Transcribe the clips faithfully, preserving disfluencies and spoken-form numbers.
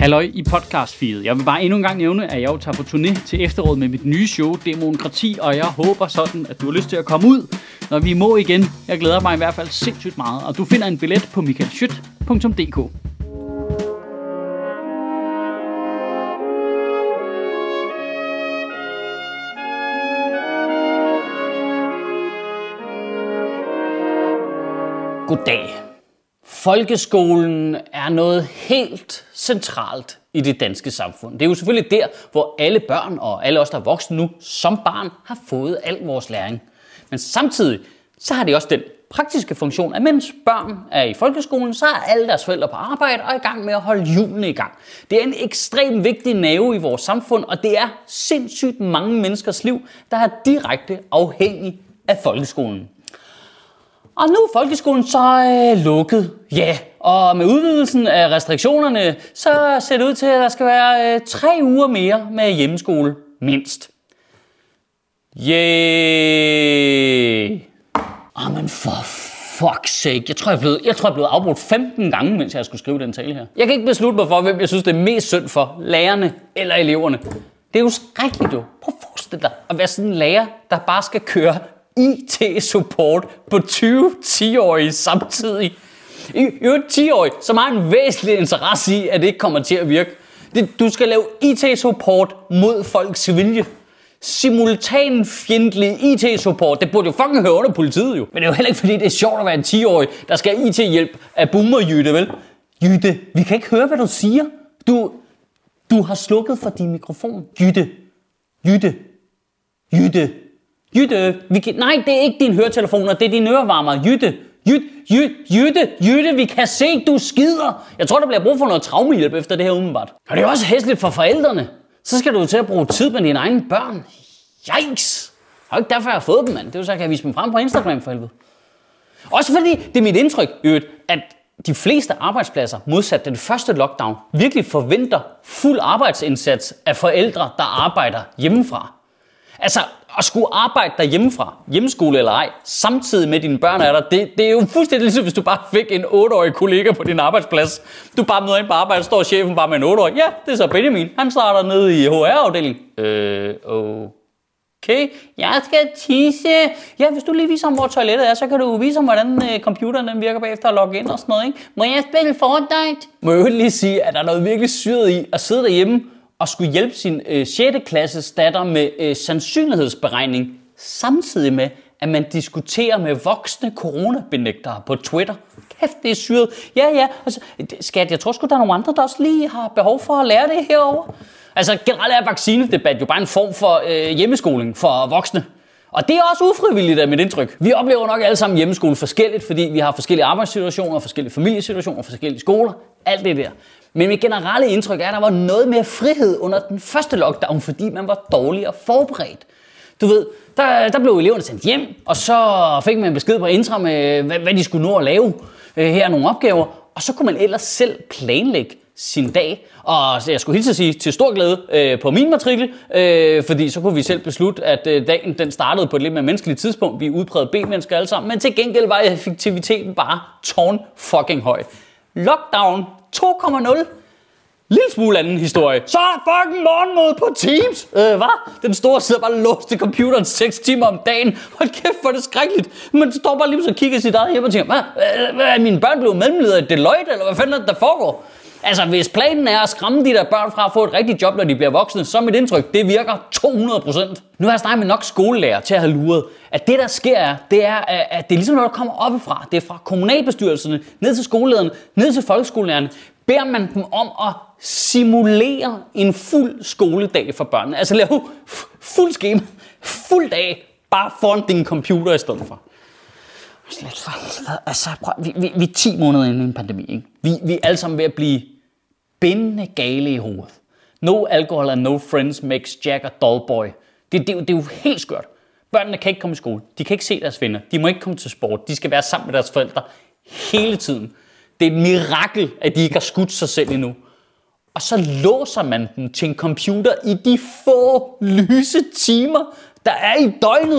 Halløj i podcastfeedet. Jeg vil bare endnu en gang nævne, at jeg jo tager på turné til efteråret med mit nye show, Demokrati, og jeg håber sådan, at du har lyst til at komme ud, når vi må igen. Jeg glæder mig i hvert fald sindssygt meget, og du finder en billet på michael schødt punktum d k. Goddag. Folkeskolen er noget helt centralt i det danske samfund. Det er jo selvfølgelig der, hvor alle børn og alle os, der er voksne nu, som barn, har fået al vores læring. Men samtidig, så har det også den praktiske funktion, at mens børn er i folkeskolen, så er alle deres forældre på arbejde og er i gang med at holde hjulene i gang. Det er en ekstremt vigtig nerve i vores samfund, og det er sindssygt mange menneskers liv, der er direkte afhængig af folkeskolen. Og nu er folkeskolen så øh, lukket, ja, og med udvidelsen af restriktionerne, så ser det ud til, at der skal være øh, tre uger mere med hjemmeskole, mindst. Yay! Ah, men for fuck's sake, jeg tror, jeg er blevet, jeg tror, jeg er blevet afbrudt femten gange, mens jeg skulle skrive den tale her. Jeg kan ikke beslutte mig for, hvem jeg synes, det er mest synd for, lærerne eller eleverne. Det er jo skrækkeligt, jo. Prøv at forestille dig at være sådan en lærer, der bare skal køre I T-support på tyve ti-årige samtidig. I øvrigt ti-årige, som har en væsentlig interesse i, at det ikke kommer til at virke. Det, du skal lave I T-support mod folks vilje. Simultan fjendtlig I T-support. Det burde jo fucking høre under politiet jo. Men det er jo heller ikke fordi, det er sjovt at være en ti-årig, der skal have I T-hjælp af boomer Jytte, vel? Jytte, vi kan ikke høre, hvad du siger. Du, du har slukket for din mikrofon. Jytte, Jytte, Jytte. Jytte, vi kan... nej, det er ikke dine høretelefoner, det er dine ørevarmer. Jytte, Jytte, Jytte, Jytte, Jytte, vi kan se, du skider. Jeg tror, der bliver brug for noget traumehjælp efter det her umiddelbart. Og det er også hæsligt for forældrene. Så skal du til at bruge tid med dine egne børn. Yikes! Det er jo ikke derfor, jeg har fået dem, mand. Det er jo så, jeg kan vise dem frem på Instagram for helvede. Også fordi det er mit indtryk, at de fleste arbejdspladser, modsat den første lockdown, virkelig forventer fuld arbejdsindsats af forældre, der arbejder hjemmefra. Altså, at skulle arbejde derhjemmefra, hjemmeskole eller ej, samtidig med dine børn er der, det, det er jo fuldstændig ligesom, hvis du bare fik en otteårig kollega på din arbejdsplads. Du bare møder ind på arbejde, står chefen bare med en otteårig. Ja, det er så Benjamin. Han starter nede i H R-afdelingen. Øh, okay. Jeg skal tisse. Ja, hvis du lige viser ham, hvor toilettet er, så kan du vise ham, hvordan øh, computeren den virker bagefter at logge ind og sådan noget, ikke? Må jeg spille Fortnite? Må jeg jo lige sige, at der er noget virkelig syret i at sidde derhjemme og skulle hjælpe sin øh, sjette klasses datter med øh, sandsynlighedsberegning, samtidig med, at man diskuterer med voksne coronabenægtere på Twitter. Kæft, det er syret. Ja, ja. Altså, skat, jeg tror sgu, der er nogle andre, der også lige har behov for at lære det herovre. Altså, generelt er vaccinedebat jo bare en form for øh, hjemmeskoling for voksne. Og det er også ufrivilligt af mit indtryk. Vi oplever nok alle sammen hjemmeskole forskelligt, fordi vi har forskellige arbejdssituationer, forskellige familiesituationer, forskellige skoler, alt det der. Men mit generelle indtryk er, at der var noget mere frihed under den første lockdown, fordi man var dårligere forberedt. Du ved, der, der blev eleverne sendt hjem, og så fik man besked på intra med, hvad, hvad de skulle nå at lave. Her er nogle opgaver, og så kunne man ellers selv planlægge sin dag. Og jeg skulle hilse at sige til stor glæde øh, på min matrikel, øh, fordi så kunne vi selv beslutte, at øh, dagen den startede på et lidt mere menneskeligt tidspunkt. Vi udprægede B-mennesker alle sammen, men til gengæld var effektiviteten bare tårn fucking høj. Lockdown to komma nul. Lille smule anden historie. Så er der fucking morgenmøde på Teams. Øh, hvad? Den store sidder bare låst til computeren seks timer om dagen. Hold kæft, hvor er det skrækkeligt. Man står bare lige så og kigger sit eget hjem og tænker, hvad, hvad er mine børn blevet mellemledere i Deloitte, eller hvad fanden er det, der foregår? Altså, hvis planen er at skræmme de der børn fra at få et rigtigt job, når de bliver voksne, så er mit indtryk, det virker to hundrede procent. Nu har jeg snakket med nok skolelærer til at have luret, at det der sker er, det er, at det er ligesom noget, der kommer oppefra. Det er fra kommunalbestyrelserne, ned til skolelederne, ned til folkeskolelærerne. Beder man dem om at simulere en fuld skoledag for børnene. Altså lave fuld skema, fuld dag, bare foran din computer i stedet for. Altså, prøv, vi, vi, vi er ti måneder inde i en pandemi, ikke? Vi, vi er alle sammen ved at blive bindende gale i hovedet. No alcohol and no friends makes Jack a dull boy. Det, det, det, det er jo helt skørt. Børnene kan ikke komme i skole. De kan ikke se deres venner. De må ikke komme til sport. De skal være sammen med deres forældre hele tiden. Det er et mirakel, at de ikke har skudt sig selv endnu. Og så låser man dem til en computer i de få lyse timer, der er i døgnet.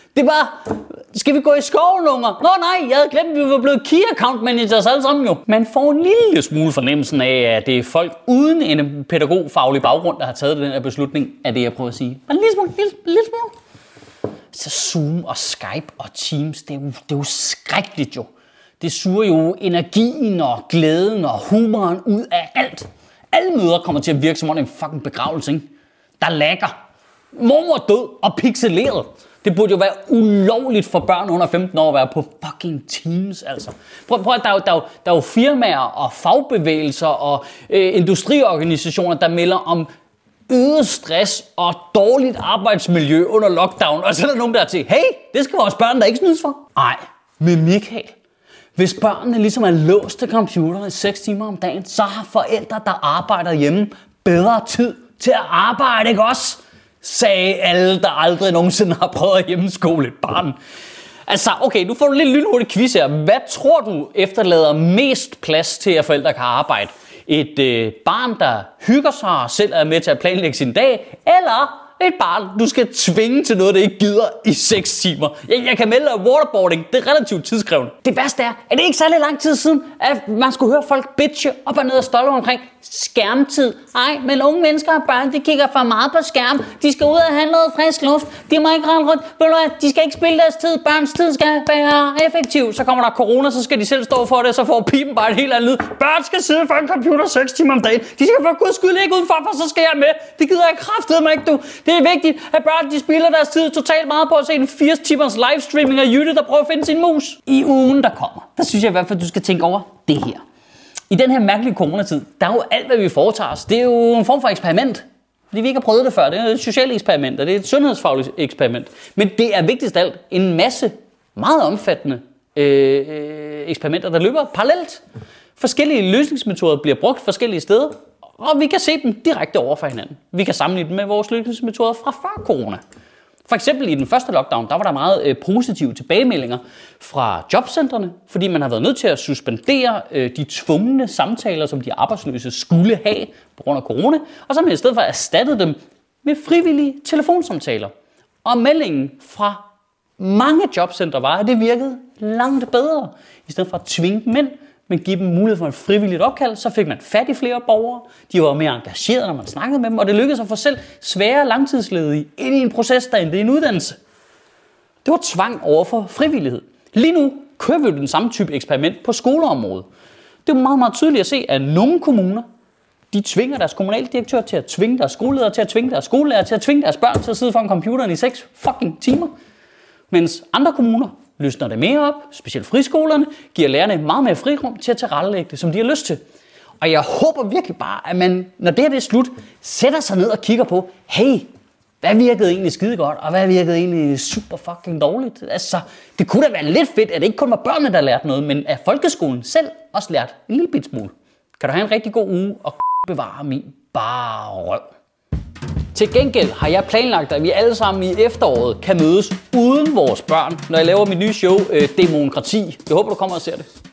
Det er bare, skal vi gå i skoven, unger? Nå nej, jeg havde glemt, at vi var blevet key account managers alle sammen jo. Man får en lille smule fornemmelsen af, at det er folk uden en pædagogfaglig baggrund, der har taget den her beslutning, af det, jeg prøver at sige. Men en lille smule, lille, lille smule. Så Zoom og Skype og Teams, det er jo, det er jo skrækkeligt jo. Det suger jo energien og glæden og humoren ud af alt. Alle møder kommer til at virke som om en fucking begravelse, ikke? Der lagger. Mor er død og pixeleret. Det burde jo være ulovligt for børn under femten år at være på fucking Teams, altså. Prøv, prøv at der er, jo, der, er jo, der er jo firmaer og fagbevægelser og øh, industriorganisationer, der melder om øget stress og dårligt arbejdsmiljø under lockdown. Og så er der nogen, der er til, hey, det skal vores børn da ikke snydes for. Nej, men Michael, hvis børnene ligesom er låst til computeren i seks timer om dagen, så har forældre, der arbejder hjemme, bedre tid til at arbejde, ikke også? Sagde alle, der aldrig nogensinde har prøvet at hjemmeskole et barn. Altså, okay, nu får du lidt lynhurtigt quiz her. Hvad tror du efterlader mest plads til, at forældre kan arbejde? Et øh, barn, der hygger sig og selv er med til at planlægge sin dag, eller et barn, du skal tvinge til noget, der ikke gider i seks timer. Jeg, jeg kan melde dig, waterboarding, det er relativt tidskrævende. Det værste er, at det ikke særlig lang tid siden, at man skulle høre folk bitche op og ned og stolte omkring skærmtid. Ej, men unge mennesker og børn, de kigger for meget på skærm. De skal ud og have noget frisk luft. De må ikke rende rundt. Ved du hvad? De skal ikke spille deres tid. Børns tid skal være effektiv. Så kommer der corona, så skal de selv stå for det, så får pipen bare et helt andet lyd. Børn skal sidde foran en computer seks timer om dagen. De skal for guds skyld ikke udenfor, for så skal jeg med. Det gider jeg kraftedeme ikke, du. Det er vigtigt, at børn de spilder deres tid totalt meget på at se en firs timers livestreaming af Jytte, der prøver at finde sin mus. I ugen, der kommer, der synes jeg i hvert fald, du skal tænke over det her. I den her mærkelige coronatid, der er jo alt, hvad vi foretager os. Det er jo en form for eksperiment. Fordi vi ikke har prøvet det før. Det er et socialt eksperiment, og det er et sundhedsfagligt eksperiment. Men det er vigtigst af alt en masse meget omfattende øh, eksperimenter, der løber parallelt. Forskellige løsningsmetoder bliver brugt forskellige steder, og vi kan se dem direkte over for hinanden. Vi kan sammenligne dem med vores løsningsmetoder fra før corona. For eksempel i den første lockdown, der var der meget øh, positive tilbagemeldinger fra jobcentrene, fordi man har været nødt til at suspendere øh, de tvungne samtaler, som de arbejdsløse skulle have på grund af corona, og så har man i stedet for erstattet dem med frivillige telefonsamtaler. Og meldingen fra mange jobcentre var, at det virkede langt bedre. I stedet for at tvinge dem ind, men give dem mulighed for et frivilligt opkald, så fik man fat i flere borgere. De var mere engagerede, når man snakkede med dem, og det lykkedes at få selv svære langtidsledige ind i en proces, der endte i en uddannelse. Det var tvang over for frivillighed. Lige nu kører vi den samme type eksperiment på skoleområdet. Det er meget, meget tydeligt at se, at nogle kommuner, de tvinger deres kommunaldirektør til at tvinge deres skoleledere, til at tvinge deres skolelærer, til at tvinge deres børn til at sidde foran computeren i seks fucking timer. Mens andre kommuner løsner det mere op, specielt friskolerne, giver lærerne meget mere frirum til at tilrettelægge det, som de har lyst til. Og jeg håber virkelig bare, at man, når det her det er slut, sætter sig ned og kigger på, hey, hvad virkede egentlig skide godt, og hvad virkede egentlig super fucking dårligt? Altså, det kunne da være lidt fedt, at det ikke kun var børnene, der lærte noget, men at folkeskolen selv også lærte en lille bit smule. Kan du have en rigtig god uge, og bevare min bare røv. Til gengæld har jeg planlagt, at vi alle sammen i efteråret kan mødes uden vores børn, når jeg laver mit nye show, øh, Demokrati. Jeg håber, du kommer og ser det.